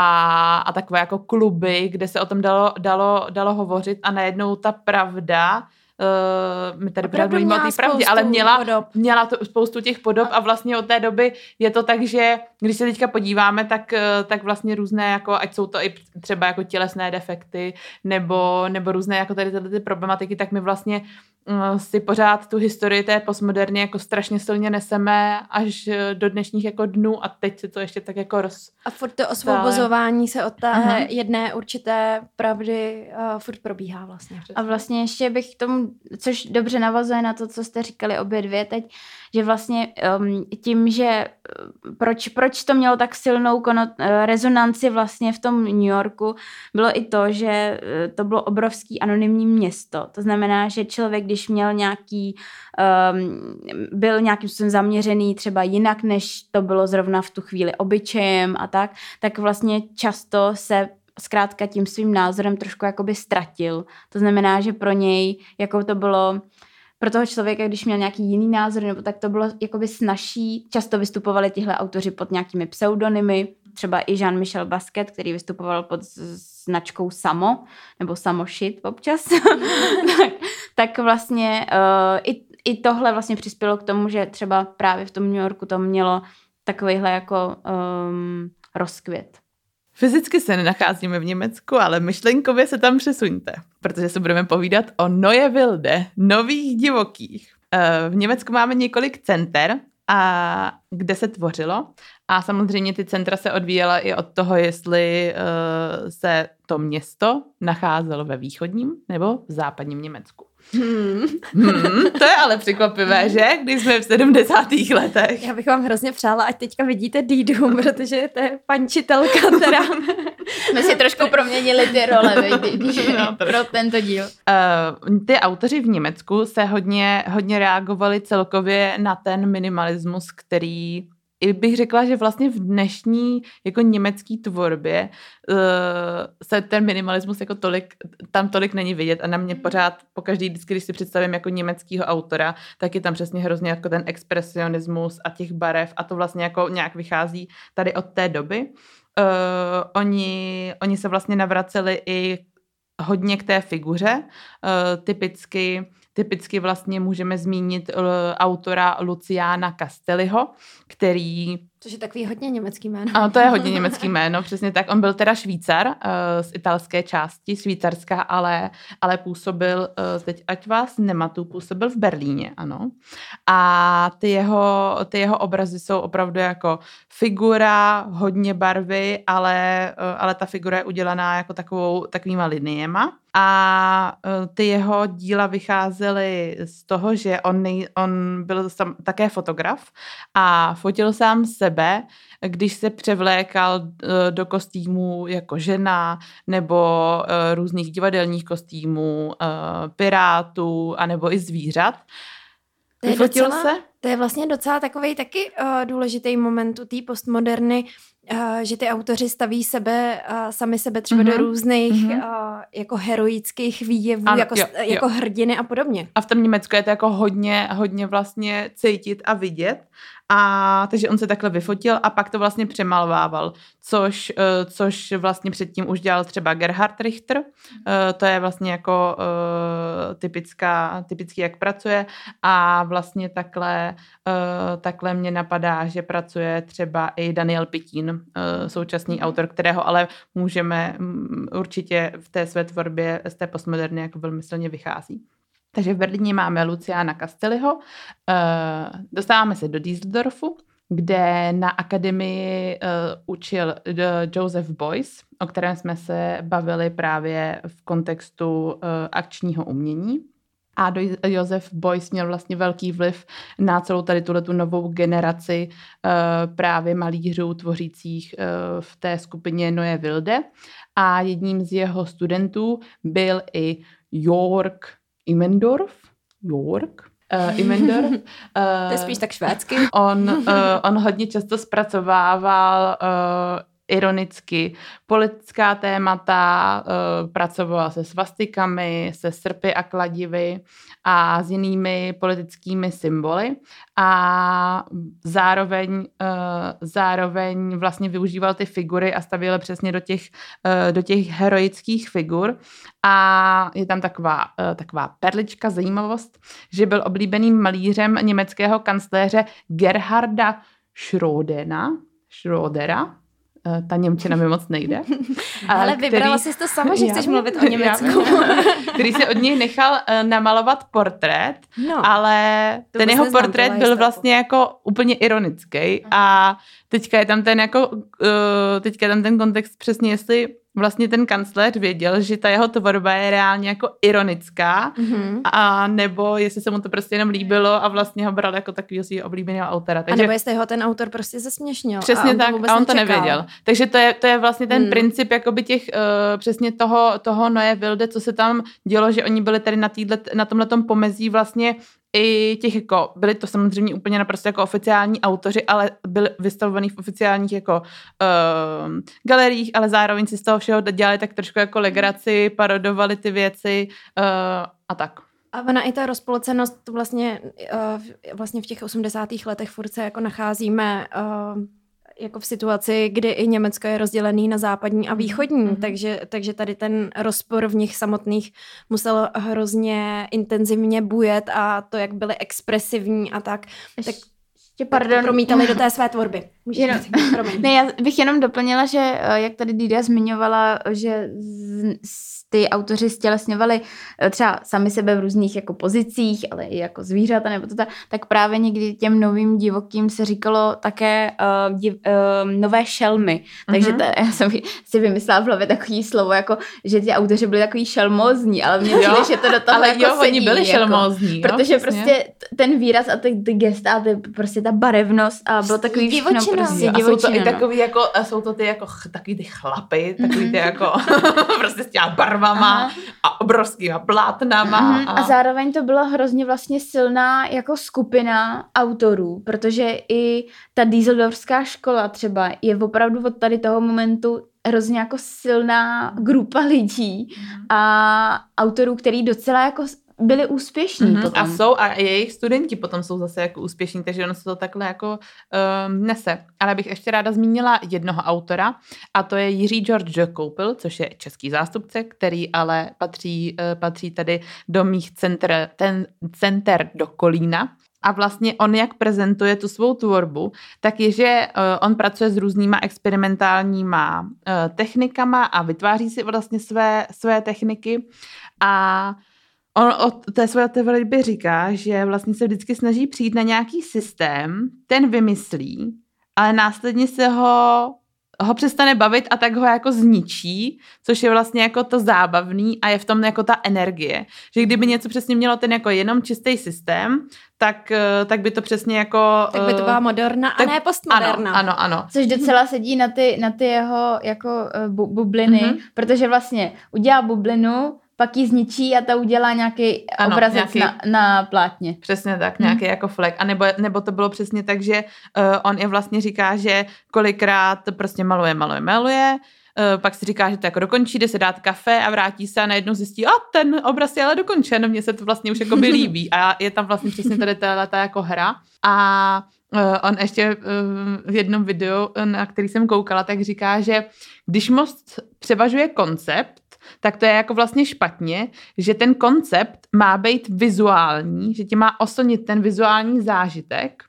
a, a takové jako kluby, kde se o tom dalo, dalo, dalo hovořit a najednou ta pravda Uh, my tady opravdu mluvíme o té pravdě, ale měla, měla to spoustu těch podob a vlastně od té doby je to tak, že když se teďka podíváme, tak, tak vlastně různé, jako, ať jsou to i třeba jako tělesné defekty nebo, nebo různé jako tady tyhle ty problematiky, tak my vlastně uh, si pořád tu historii té postmoderny jako strašně silně neseme až do dnešních jako dnů a teď se to ještě tak jako roz... A furt to osvobozování se od té uh-huh. jedné určité pravdy uh, furt probíhá vlastně. A vlastně ještě bych tomu, což dobře navazuje na to, co jste říkali obě dvě teď, že vlastně um, tím, že proč, proč to mělo tak silnou konot, rezonanci vlastně v tom New Yorku, bylo i to, že to bylo obrovský anonymní město. To znamená, že člověk, když když měl nějaký, um, byl nějakým způsobem zaměřený třeba jinak, než to bylo zrovna v tu chvíli obyčejem a tak, tak vlastně často se zkrátka tím svým názorem trošku jakoby ztratil. To znamená, že pro něj, jako to bylo pro toho člověka, když měl nějaký jiný názor, nebo tak to bylo jakoby snazší. Často vystupovali tihle autoři pod nějakými pseudonymy, třeba i Jean-Michel Basquiat, který vystupoval pod značkou Samo, nebo Samošit občas. tak, tak vlastně uh, i, i tohle vlastně přispělo k tomu, že třeba právě v tom New Yorku to mělo takovýhle jako um, rozkvět. Fyzicky se nenacházíme v Německu, ale myšlenkově se tam přesuňte, protože se budeme povídat o Neue Wilde, nových divokých. V Německu máme několik center, a kde se tvořilo. A samozřejmě ty centra se odvíjela i od toho, jestli uh, se to město nacházelo ve východním nebo v západním Německu. Hmm. Hmm, to je ale překvapivé, že? Když jsme v sedmdesátých letech. Já bych vám hrozně přála, ať teďka vidíte Dídu, protože to je pančitelka teda. My si trošku proměnili ty role, no, pro tento díl. Uh, ty autoři v Německu se hodně, hodně reagovali celkově na ten minimalismus, který i bych řekla, že vlastně v dnešní jako německý tvorbě uh, se ten minimalismus jako tolik, tam tolik není vidět a na mě pořád pokaždý vždycky, když si představím jako německýho autora, tak je tam přesně hrozně jako ten expresionismus a těch barev a to vlastně jako nějak vychází tady od té doby. Uh, oni, oni se vlastně navraceli i hodně k té figuře, uh, typicky Typicky vlastně můžeme zmínit uh, autora Luciana Castelliho, který... Což je takový hodně německý jméno. Ano, to je hodně německý jméno, přesně tak. On byl teda Švýcar uh, z italské části, Švýcarska, ale, ale působil, uh, teď ať vás nematu, působil v Berlíně, ano. A ty jeho, ty jeho obrazy jsou opravdu jako figura, hodně barvy, ale, uh, ale ta figura je udělaná jako takovou, takovýma liniema. A ty jeho díla vycházely z toho, že on, nej, on byl sam, také fotograf a fotil sám sebe, když se převlékal do kostýmů jako žena nebo různých divadelních kostýmů, pirátů anebo i zvířat. To je, docela, se? to je vlastně docela takovej taky uh, důležitý moment u té postmoderny, uh, že ty autoři staví sebe, uh, sami sebe třeba mm-hmm. do různých mm-hmm. uh, jako heroických výjevů, ano, jako, jo, jako jo. hrdiny a podobně. A v tom Německu je to jako hodně, hodně vlastně cítit a vidět. A takže on se takhle vyfotil a pak to vlastně přemalovával, což, což vlastně předtím už dělal třeba Gerhard Richter, to je vlastně jako typická, typický, jak pracuje a vlastně takhle, takhle mě napadá, že pracuje třeba i Daniel Pitín, současný autor, kterého ale můžeme určitě v té své tvorbě z té postmoderny jako velmi silně vychází. Takže v Berlíně máme Luciana Castelliho, uh, dostáváme se do Düsseldorfu, kde na akademii uh, učil Joseph Beuys, o kterém jsme se bavili právě v kontextu uh, akčního umění. A do, Joseph Beuys měl vlastně velký vliv na celou tady tuhletu novou generaci uh, právě malířů tvořících uh, v té skupině Neue Wilde. A jedním z jeho studentů byl i Jörg Immendorf, York, uh, Immendorf. Uh, to je spíš tak švédsky. On, uh, on hodně často zpracovával uh, ironicky politická témata, uh, pracoval se svastikami, se srpy a kladivy a s jinými politickými symboly a zároveň, uh, zároveň vlastně využíval ty figury a stavěl přesně do těch, uh, do těch heroických figur a je tam taková, uh, taková perlička, zajímavost, že byl oblíbeným malířem německého kancléře Gerharda Schrödera, Schrödera, ta němčina mi moc nejde. Ale který, vybrala jsi to sama, že chceš mluvit o Německu. Který se od něj nechal uh, namalovat portrét, no, ale ten jeho portrét byl vlastně jako úplně ironický a teďka je tam ten jako, uh, teďka je tam ten kontext přesně, jestli vlastně ten kancléř věděl, že ta jeho tvorba je reálně jako ironická, mm-hmm. a nebo jestli se mu to prostě jenom líbilo a vlastně ho bral jako takovýho svýho oblíbeného autora. Takže, a nebo jestli ho ten autor prostě zesměšnil. Přesně a on tak, to vůbec a on to nečekal. nevěděl. Takže to je, to je vlastně ten hmm. princip jakoby těch, uh, přesně toho, toho Neue Wilde, co se tam dělo, že oni byli tady na, týhle, na tomhletom pomezí vlastně i těch jako, byli to samozřejmě úplně naprosto jako oficiální autoři, ale byli vystavovaní v oficiálních jako uh, galeriích, ale zároveň si z toho všeho dělali tak trošku jako legraci, parodovali ty věci uh, a tak. A ona i ta rozpolcenost vlastně, uh, vlastně v těch osmdesátých letech furt se jako nacházíme uh, jako v situaci, kdy i Německo je rozdělený na západní a východní, mm-hmm. takže, takže tady ten rozpor v nich samotných musel hrozně intenzivně bujet a to, jak byli expresivní a tak, tak, pardon. tak to promítali do té své tvorby. Jenom, ne, já bych jenom doplnila, že jak tady Dida zmiňovala, že z, z, ty autoři stělesňovali třeba sami sebe v různých jako pozicích, ale i jako zvířata nebo to tak, tak právě někdy těm novým divokým se říkalo také uh, div, uh, nové šelmy. Mm-hmm. Takže ta, já jsem si vymyslela v hlavě takový slovo, jako že ti autoři byli takový šelmózní, ale mě přijde, že to do toho ale jako jo, sedí. oni byli jako, šelmózní. protože jo, prostě ten výraz a ty, ty gesta a ty, prostě ta barevnost a bylo takový divočina. všechno prostě a divočina. jsou to i no. takový jako, jsou to ty jako takový ty chlapy, takový ty jako prostě s těma barvama Aha. a obrovskýma plátnama. Aha. A... a zároveň to byla hrozně vlastně silná jako skupina autorů, protože i ta Düsseldorfská škola třeba je opravdu od tady toho momentu hrozně jako silná grupa lidí a autorů, který docela jako byli úspěšní mm-hmm. potom. A jsou, a jejich studenti potom jsou zase jako úspěšní, takže ono se to takhle jako um, nese. Ale bych ještě ráda zmínila jednoho autora a to je Jiří George de Koupil, což je český zástupce, který ale patří, uh, patří tady do mých center, ten center do Kolína. A vlastně on, jak prezentuje tu svou tvorbu, tak je, že uh, on pracuje s různýma experimentálníma uh, technikama a vytváří si vlastně své, své techniky a on o té své tvorbě říká, že vlastně se vždycky snaží přijít na nějaký systém, ten vymyslí, ale následně se ho, ho přestane bavit a tak ho jako zničí, což je vlastně jako to zábavný a je v tom jako ta energie. Že kdyby něco přesně mělo ten jako jenom čistý systém, tak, tak by to přesně jako... Tak by to byla moderna tak, a ne postmoderna. Ano, ano, ano. Což docela sedí na ty, na ty jeho jako bu, bubliny, mm-hmm. protože vlastně udělá bublinu, pak ji zničí a ta udělá nějaký ano, obrazec nějaký, na, na plátně. Přesně tak, nějaký hmm. jako flek. A nebo, nebo to bylo přesně tak, že uh, on je vlastně říká, že kolikrát prostě maluje, maluje, maluje, uh, pak si říká, že to jako dokončí, jde se dát kafe a vrátí se a najednou zjistí, a ten obraz je ale dokončen, mně se to vlastně už jako by líbí. A je tam vlastně přesně tady ta jako hra. A uh, on ještě uh, v jednom videu, na který jsem koukala, tak říká, že když moc převažuje koncept, tak to je jako vlastně špatně, že ten koncept má být vizuální, že tě má oslnit ten vizuální zážitek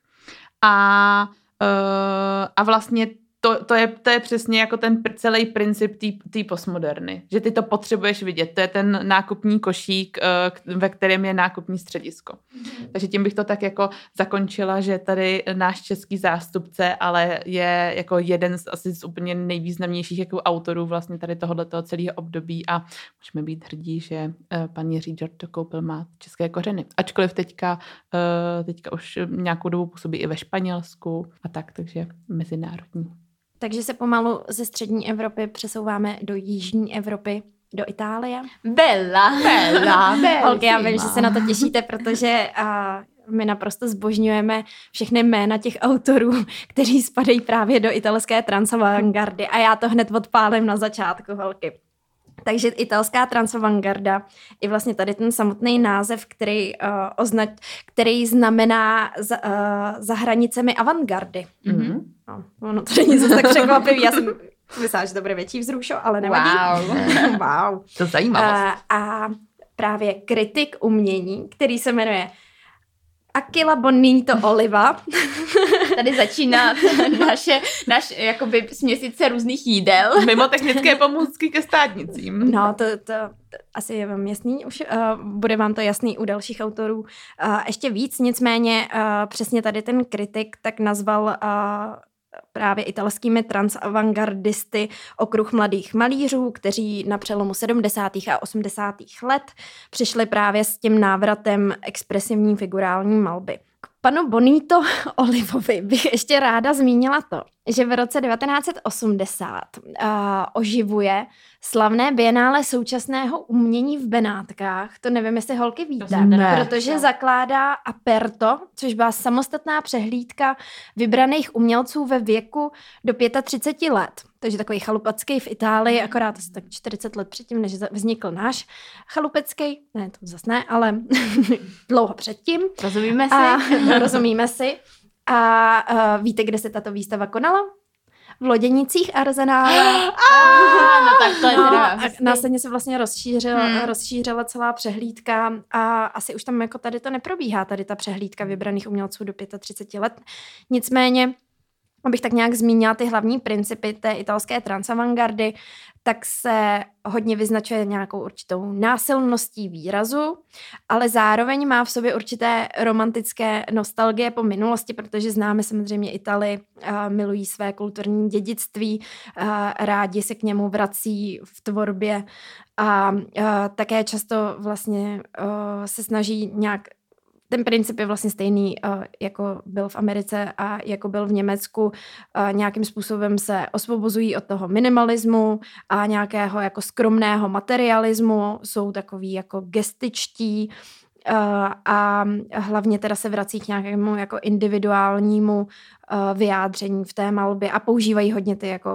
a, uh, a vlastně to, to, je, to je přesně jako ten celý princip té postmoderny, že ty to potřebuješ vidět, to je ten nákupní košík, uh, ve kterém je nákupní středisko. Mm. Takže tím bych to tak jako zakončila, že tady náš český zástupce, ale je jako jeden z asi z úplně nejvýznamnějších jako autorů vlastně tady tohoto celého období a můžeme být hrdí, že uh, pan Jiří George de Koupil má české kořeny. Ačkoliv teďka, uh, teďka už nějakou dobu působí i ve Španělsku a tak, takže mezinárodní. Takže se pomalu ze střední Evropy přesouváme do jižní Evropy, do Itálie. Bella, bella, bella. Holky, já vím, že se na to těšíte, protože uh, my naprosto zbožňujeme všechny jména těch autorů, kteří spadají právě do italské transavantgardy a já to hned odpálím na začátku, holky. Takže italská transavantgarda je vlastně tady ten samotný název, který, uh, označ, který znamená za, uh, za hranicemi avantgardy. Mm-hmm. No, ono to není zase tak překvapivý, já jsem myslela, že to bude větší vzrušo, ale nevadí. Wow. wow. To zajímavost. Uh, a právě kritik umění, který se jmenuje Aquila Bonito Oliva. Tady začíná naše, naš jakoby směsice různých jídel. Mimo technické pomůcky ke státnicím. No, to, to, to asi je vám jasný už. Uh, bude vám to jasný u dalších autorů. Uh, ještě víc, nicméně uh, přesně tady ten kritik tak nazval uh, právě italskými transavantgardisty okruh mladých malířů, kteří na přelomu sedmdesátých a osmdesátých let přišli právě s tím návratem expresivní figurální malby. K panu Bonito Olivovi bych ještě ráda zmínila to, že v roce devatenáct set osmdesát uh, oživuje slavné bienále současného umění v Benátkách. To nevím, jestli holky víte, ne. protože zakládá Aperto, což byla samostatná přehlídka vybraných umělců ve věku do třicet pět let. Takže takový chalupecký v Itálii, akorát asi tak čtyřicet let předtím, než vznikl náš chalupecký. Ne, to zase ne, ale dlouho předtím. Rozumíme si? A, rozumíme si. A uh, víte, kde se tato výstava konala? V Loděnicích Arzenále. No tak to je no, teda a následně se vlastně rozšířil, hmm. rozšířila celá přehlídka a asi už tam jako tady to neprobíhá, tady ta přehlídka vybraných umělců do třicet pět let. Nicméně, abych tak nějak zmínila ty hlavní principy té italské transavantgardy, tak se hodně vyznačuje nějakou určitou násilností výrazu, ale zároveň má v sobě určité romantické nostalgie po minulosti, protože známe samozřejmě Itali, milují své kulturní dědictví, rádi se k němu vrací v tvorbě a také často vlastně se snaží nějak. Ten princip je vlastně stejný, jako byl v Americe a jako byl v Německu. Nějakým způsobem se osvobozují od toho minimalismu a nějakého jako skromného materialismu. Jsou takový jako gestičtí a hlavně teda se vrací k nějakému jako individuálnímu vyjádření v té malbě a používají hodně ty jako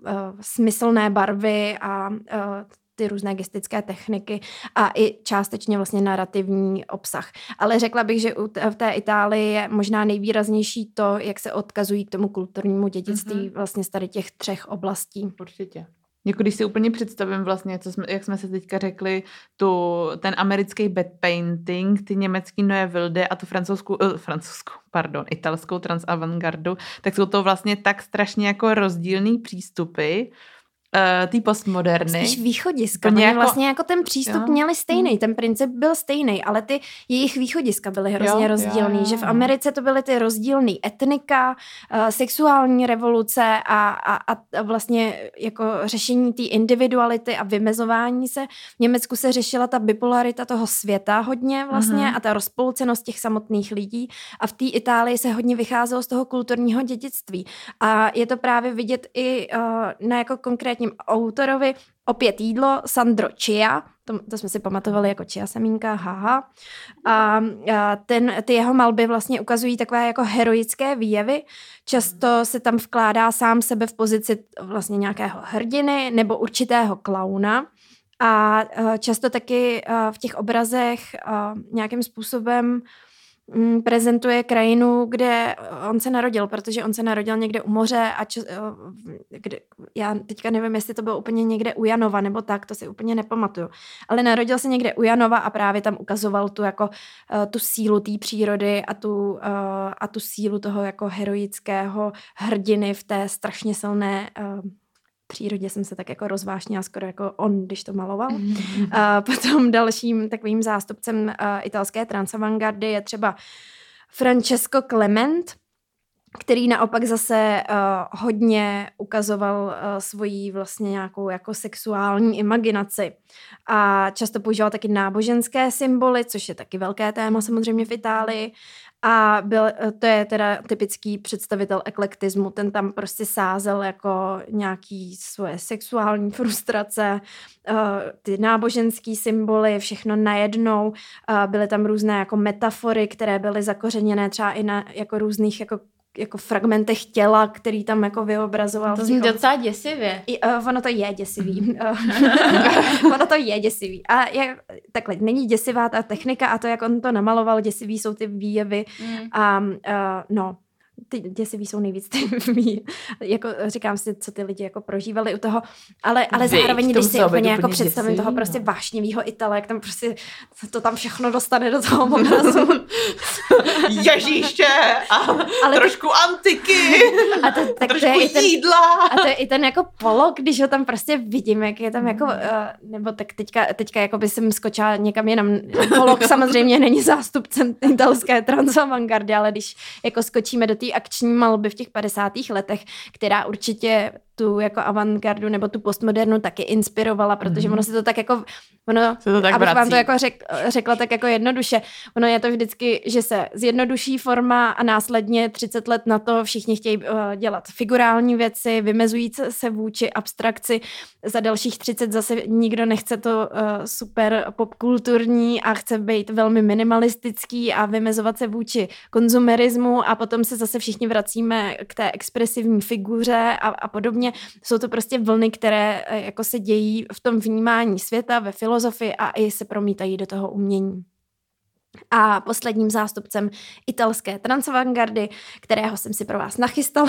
smyslné barvy a ty různé gestické techniky a i částečně vlastně narrativní obsah. Ale řekla bych, že v té Itálii je možná nejvýraznější to, jak se odkazují k tomu kulturnímu dědictví mm-hmm. vlastně z tady těch třech oblastí. Určitě. Jako když si úplně představím vlastně, co jsme, jak jsme se teďka řekli, tu, ten americký bad painting, ty německý Neue Wilde a tu francouzskou, uh, francouzskou, pardon, italskou transavantgardu, tak jsou to vlastně tak strašně jako rozdílný přístupy, Uh, ty postmoderny. Spíš východiska. Oni jako, vlastně jako ten přístup jo. měli stejný, ten princip byl stejný, ale ty jejich východiska byly hrozně jo, rozdílný, jo, jo. že v Americe to byly ty rozdílný etnika, uh, sexuální revoluce a, a, a vlastně jako řešení té individuality a vymezování se. V Německu se řešila ta bipolarita toho světa hodně vlastně uh-huh. a ta rozpolcenost těch samotných lidí a v té Itálii se hodně vycházelo z toho kulturního dědictví. A je to právě vidět i uh, na jako konkrétním autorovi, opět jídlo, Sandro Chia, to, to jsme si pamatovali jako chia semínka, haha. A, a ten, ty jeho malby vlastně ukazují takové jako heroické výjevy. Často se tam vkládá sám sebe v pozici vlastně nějakého hrdiny nebo určitého klauna. A často taky v těch obrazech nějakým způsobem prezentuje krajinu, kde on se narodil, protože on se narodil někde u moře a čas, kde, já teďka nevím, jestli to bylo úplně někde u Janova nebo tak, to si úplně nepamatuju. Ale narodil se někde u Janova a právě tam ukazoval tu jako tu sílu té přírody a tu, a tu sílu toho jako heroického hrdiny v té strašně silné přírodě jsem se tak jako rozvášnila skoro jako on, když to maloval. Mm-hmm. A potom dalším takovým zástupcem uh, italské transavantgardy je třeba Francesco Clement, který naopak zase uh, hodně ukazoval uh, svoji vlastně nějakou jako sexuální imaginaci. A často používal taky náboženské symboly, což je taky velké téma samozřejmě v Itálii. A byl, to je teda typický představitel eklektismu, ten tam prostě sázel jako nějaký svoje sexuální frustrace, ty náboženský symboly, všechno najednou, byly tam různé jako metafory, které byly zakořeněné třeba i na jako různých jako jako fragmentech těla, který tam jako vyobrazoval. To zní docela děsivě. I, uh, ono to je děsivý. ono to je děsivý. A jak, takhle, není děsivá ta technika a to, jak on to namaloval, děsivý jsou ty výjevy. Mm. A uh, no, ty děsivý jsou nejvíc ty výjevy. Jako říkám si, co ty lidi jako prožívali u toho, ale, ale Vy, zároveň, když si úplně jako představím děsivý, toho prostě no. vášnivýho Itala, jak tam prostě to tam všechno dostane do toho obrazu. Ježíše a ale trošku ty... antiky a to, tak trošku to je ten, jídla. A to je i ten jako polok, když ho tam prostě vidím, jak je tam jako, uh, nebo tak teďka, teďka jako by jsem skočila někam jinam. Polok samozřejmě není zástupcem italské transavantgardy, ale když jako skočíme do té té akční malby v těch padesátých letech, která určitě tu jako avantgardu nebo tu postmodernu taky inspirovala, protože ono se to tak jako, ono, to tak abych vrací. vám to jako řek, řekla tak jako jednoduše, ono je to vždycky, že se zjednoduší forma a následně třicet let na to všichni chtějí uh, dělat figurální věci, vymezují se vůči abstrakci, za dalších třicet zase nikdo nechce to uh, super popkulturní a chce být velmi minimalistický a vymezovat se vůči konzumerismu a potom se zase všichni vracíme k té expresivní figuře a, a podobně. Jsou to prostě vlny, které jako se dějí v tom vnímání světa, ve filozofii a i se promítají do toho umění. A posledním zástupcem italské transavantgardy, kterého jsem si pro vás nachystala,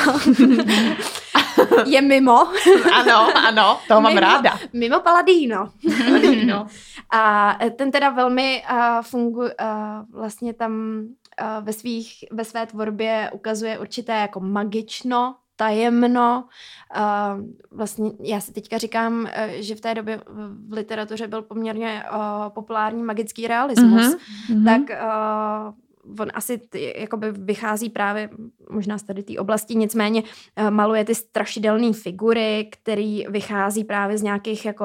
je Mimo. Ano, ano, toho mám Mimo, ráda. Mimo Palladino. Palladino. A ten teda velmi uh, funguje, uh, vlastně tam uh, ve, svých, ve své tvorbě ukazuje určité jako magično, tajemno. Uh, vlastně já si teďka říkám, uh, že v té době v literatuře byl poměrně uh, populární magický realismus. Mm-hmm. Tak uh, on asi t, jakoby vychází právě možná z tady té oblasti, nicméně uh, maluje ty strašidelné figury, který vychází právě z nějakých jako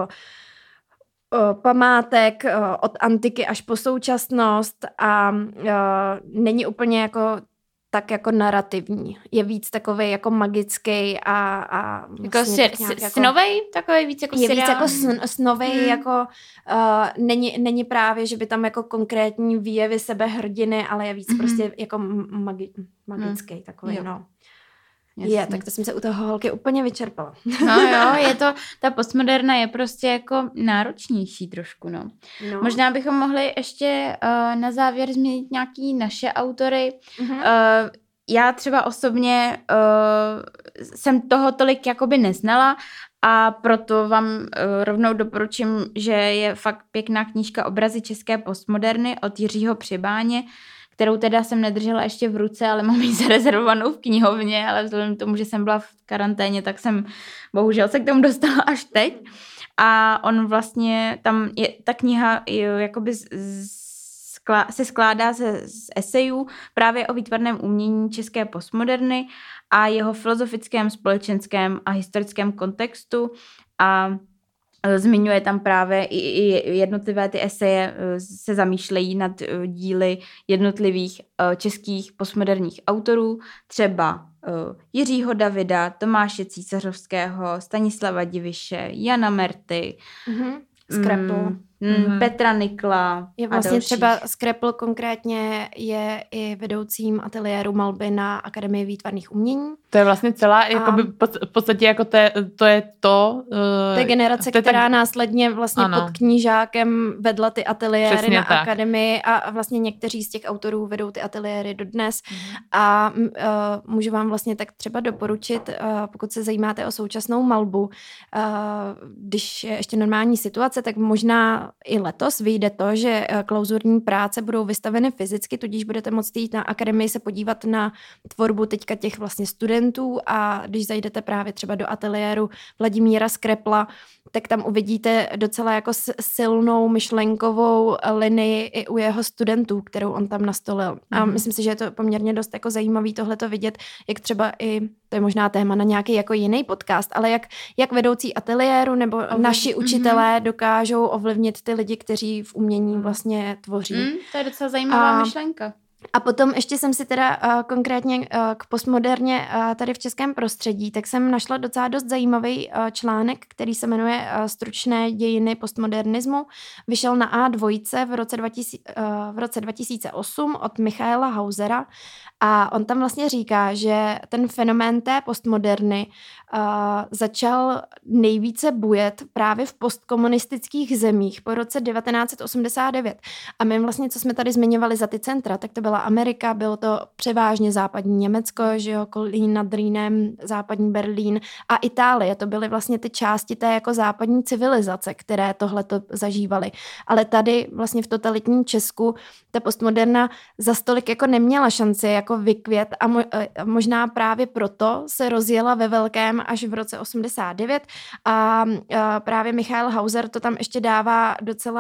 uh, památek uh, od antiky až po současnost a uh, není úplně jako tak jako narrativní. Je víc takovej jako magický a, a jako vlastně si, tak s, jako, snovej? Takový víc jako je seriál? víc jako sn, snovej, hmm. jako uh, není, není právě, že by tam jako konkrétní výjevy sebehrdiny, ale je víc hmm. prostě jako magi, magický hmm. takový, jo. no. Jasně. Je, tak to jsem se u toho holky úplně vyčerpala. No jo, je to, ta postmoderna je prostě jako náročnější trošku, no. no. Možná bychom mohli ještě uh, na závěr zmínit nějaký naše autory. Mm-hmm. Uh, já třeba osobně uh, jsem toho tolik jakoby neznala a proto vám uh, rovnou doporučím, že je fakt pěkná knížka Obrazy české postmoderny od Jiřího Přibáně, kterou teda jsem nedržela ještě v ruce, ale mám ji zarezervovanou v knihovně, ale vzhledem k tomu, že jsem byla v karanténě, tak jsem bohužel se k tomu dostala až teď. A on vlastně, tam je, ta kniha jakoby z, skla, se skládá ze, z esejů právě o výtvarném umění české postmoderny a jeho filozofickém, společenském a historickém kontextu a zmiňuje tam právě i, i jednotlivé ty eseje se zamýšlejí nad díly jednotlivých českých postmoderních autorů, třeba Jiřího Davida, Tomáše Císařovského, Stanislava Diviše, Jana Merty, mm-hmm. Skrepl. Mm, mm-hmm. Petra Nikla je vlastně třeba Skrepl konkrétně je i vedoucím ateliéru malby na Akademii výtvarných umění. To je vlastně celá, jakoby v podstatě jako to je to, je to uh, to je generace, to je která tak... následně vlastně ano. pod knížákem vedla ty ateliéry přesně na tak. Akademii a vlastně někteří z těch autorů vedou ty ateliéry dodnes mm. a uh, můžu vám vlastně tak třeba doporučit, uh, pokud se zajímáte o současnou malbu, uh, když je ještě normální situace, tak možná i letos vyjde to, že klauzurní práce budou vystaveny fyzicky, tudíž budete moct jít na akademii se podívat na tvorbu teďka těch vlastně studentů a když zajdete právě třeba do ateliéru Vladimíra Skrepla, tak tam uvidíte docela jako silnou myšlenkovou linii i u jeho studentů, kterou on tam nastolil. A mm. myslím si, že je to poměrně dost jako zajímavý tohleto vidět, jak třeba i, to je možná téma na nějaký jako jiný podcast, ale jak, jak vedoucí ateliéru nebo Ovlivň. naši učitelé mm. dokážou ovlivnit ty lidi, kteří v umění vlastně tvoří. Mm, to je docela zajímavá a, myšlenka. A potom ještě jsem si teda uh, konkrétně uh, k postmoderně uh, tady v českém prostředí, tak jsem našla docela dost zajímavý uh, článek, který se jmenuje uh, Stručné dějiny postmodernismu. Vyšel na á dva v roce, dva tisíce, uh, v roce dva tisíce osm od Michaela Hausera a on tam vlastně říká, že ten fenomén té postmoderny uh, začal nejvíce bujet právě v postkomunistických zemích po roce devatenáct osmdesát devět. A my vlastně, co jsme tady zmiňovali za ty centra, tak to byla Amerika, bylo to převážně západní Německo, že jo, Kolín nad Rýnem, západní Berlín a Itálie. To byly vlastně ty části té jako západní civilizace, které tohleto zažívaly. Ale tady vlastně v totalitním Česku ta postmoderna za stolik jako neměla šanci jako vykvět a mo- možná právě proto se rozjela ve velkém až v roce osmdesát devět a, a právě Michael Hauser to tam ještě dává docela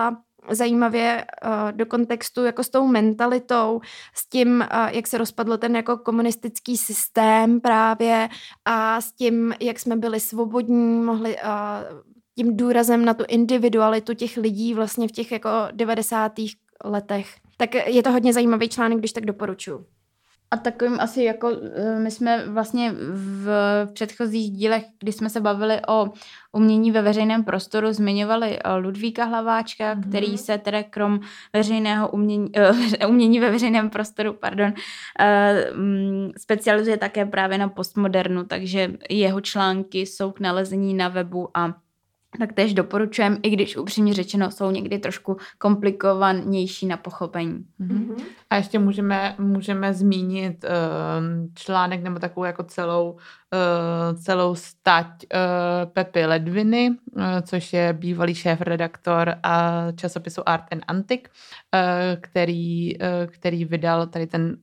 zajímavě uh, do kontextu jako s tou mentalitou, s tím, uh, jak se rozpadl ten jako komunistický systém právě a s tím, jak jsme byli svobodní, mohli uh, tím důrazem na tu individualitu těch lidí vlastně v těch jako devadesátých letech. Tak je to hodně zajímavý článek, když tak doporučuji. A takovým asi jako my jsme vlastně v předchozích dílech, kdy jsme se bavili o umění ve veřejném prostoru, zmiňovali Ludvíka Hlaváčka, mm-hmm. který se teda krom veřejného umění, uh, umění ve veřejném prostoru, pardon, uh, um, specializuje také právě na postmodernu, takže jeho články jsou k nalezení na webu a tak též doporučujeme, i když upřímně řečeno jsou někdy trošku komplikovanější na pochopení. Mm-hmm. A ještě můžeme, můžeme zmínit uh, článek nebo takovou jako celou, uh, celou stať uh, Pepy Ledviny, uh, což je bývalý šéfredaktor uh, časopisu Art and Antique, uh, který, uh, který vydal tady ten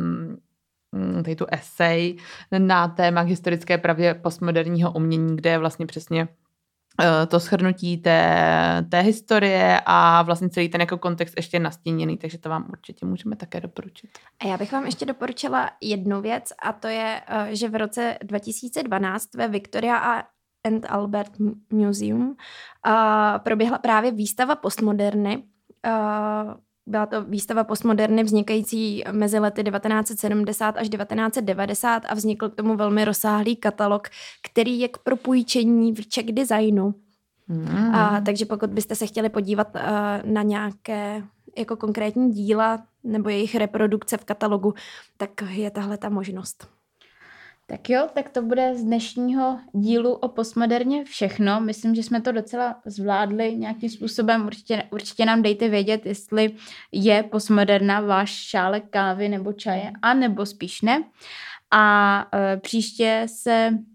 um, tady tu esej na téma historické pravdě postmoderního umění, kde je vlastně přesně to shrnutí té, té historie a vlastně celý ten jako kontext ještě nastíněný, takže to vám určitě můžeme také doporučit. A já bych vám ještě doporučila jednu věc a to je, že v roce dva tisíce dvanáct ve Victoria and Albert Museum proběhla právě výstava postmoderny. Byla to výstava postmoderny vznikající mezi lety devatenáct set sedmdesát až devatenáct set devadesát a vznikl k tomu velmi rozsáhlý katalog, který je k propůjčení v Czech designu. Mm. A, takže pokud byste se chtěli podívat uh, na nějaké jako konkrétní díla nebo jejich reprodukce v katalogu, tak je tahle ta možnost. Tak jo, tak to bude z dnešního dílu o postmoderně všechno. Myslím, že jsme to docela zvládli nějakým způsobem. Určitě, určitě nám dejte vědět, jestli je postmoderna váš šálek kávy nebo čaje, a nebo spíš ne. A e, příště se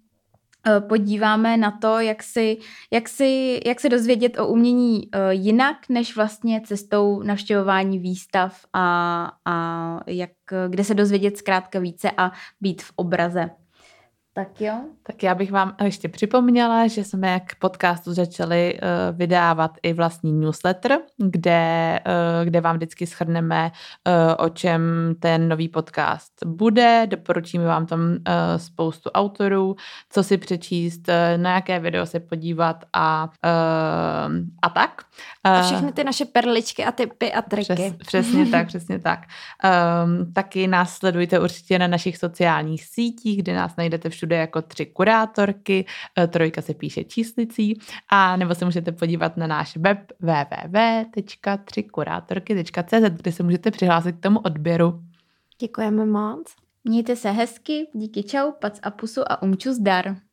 e, podíváme na to, jak si, jak si, jak se dozvědět o umění e, jinak, než vlastně cestou navštěvování výstav a, a jak, kde se dozvědět zkrátka více a být v obraze. Tak jo. Tak já bych vám ještě připomněla, že jsme k podcastu začali uh, vydávat i vlastní newsletter, kde, uh, kde vám vždycky shrneme, uh, o čem ten nový podcast bude. Doporučíme vám tam uh, spoustu autorů, co si přečíst, uh, na jaké video se podívat a, uh, a tak. Uh, a všechny ty naše perličky a tipy a triky. Přes, přesně tak, přesně tak. Um, taky nás sledujte určitě na našich sociálních sítích, kde nás najdete všude jako tři kurátorky, trojka se píše číslicí, a nebo se můžete podívat na náš web w w w tečka tři kurátorky tečka c z, kde se můžete přihlásit k tomu odběru. Děkujeme moc. Mějte se hezky, díky, čau, pac a pusu a umču zdar.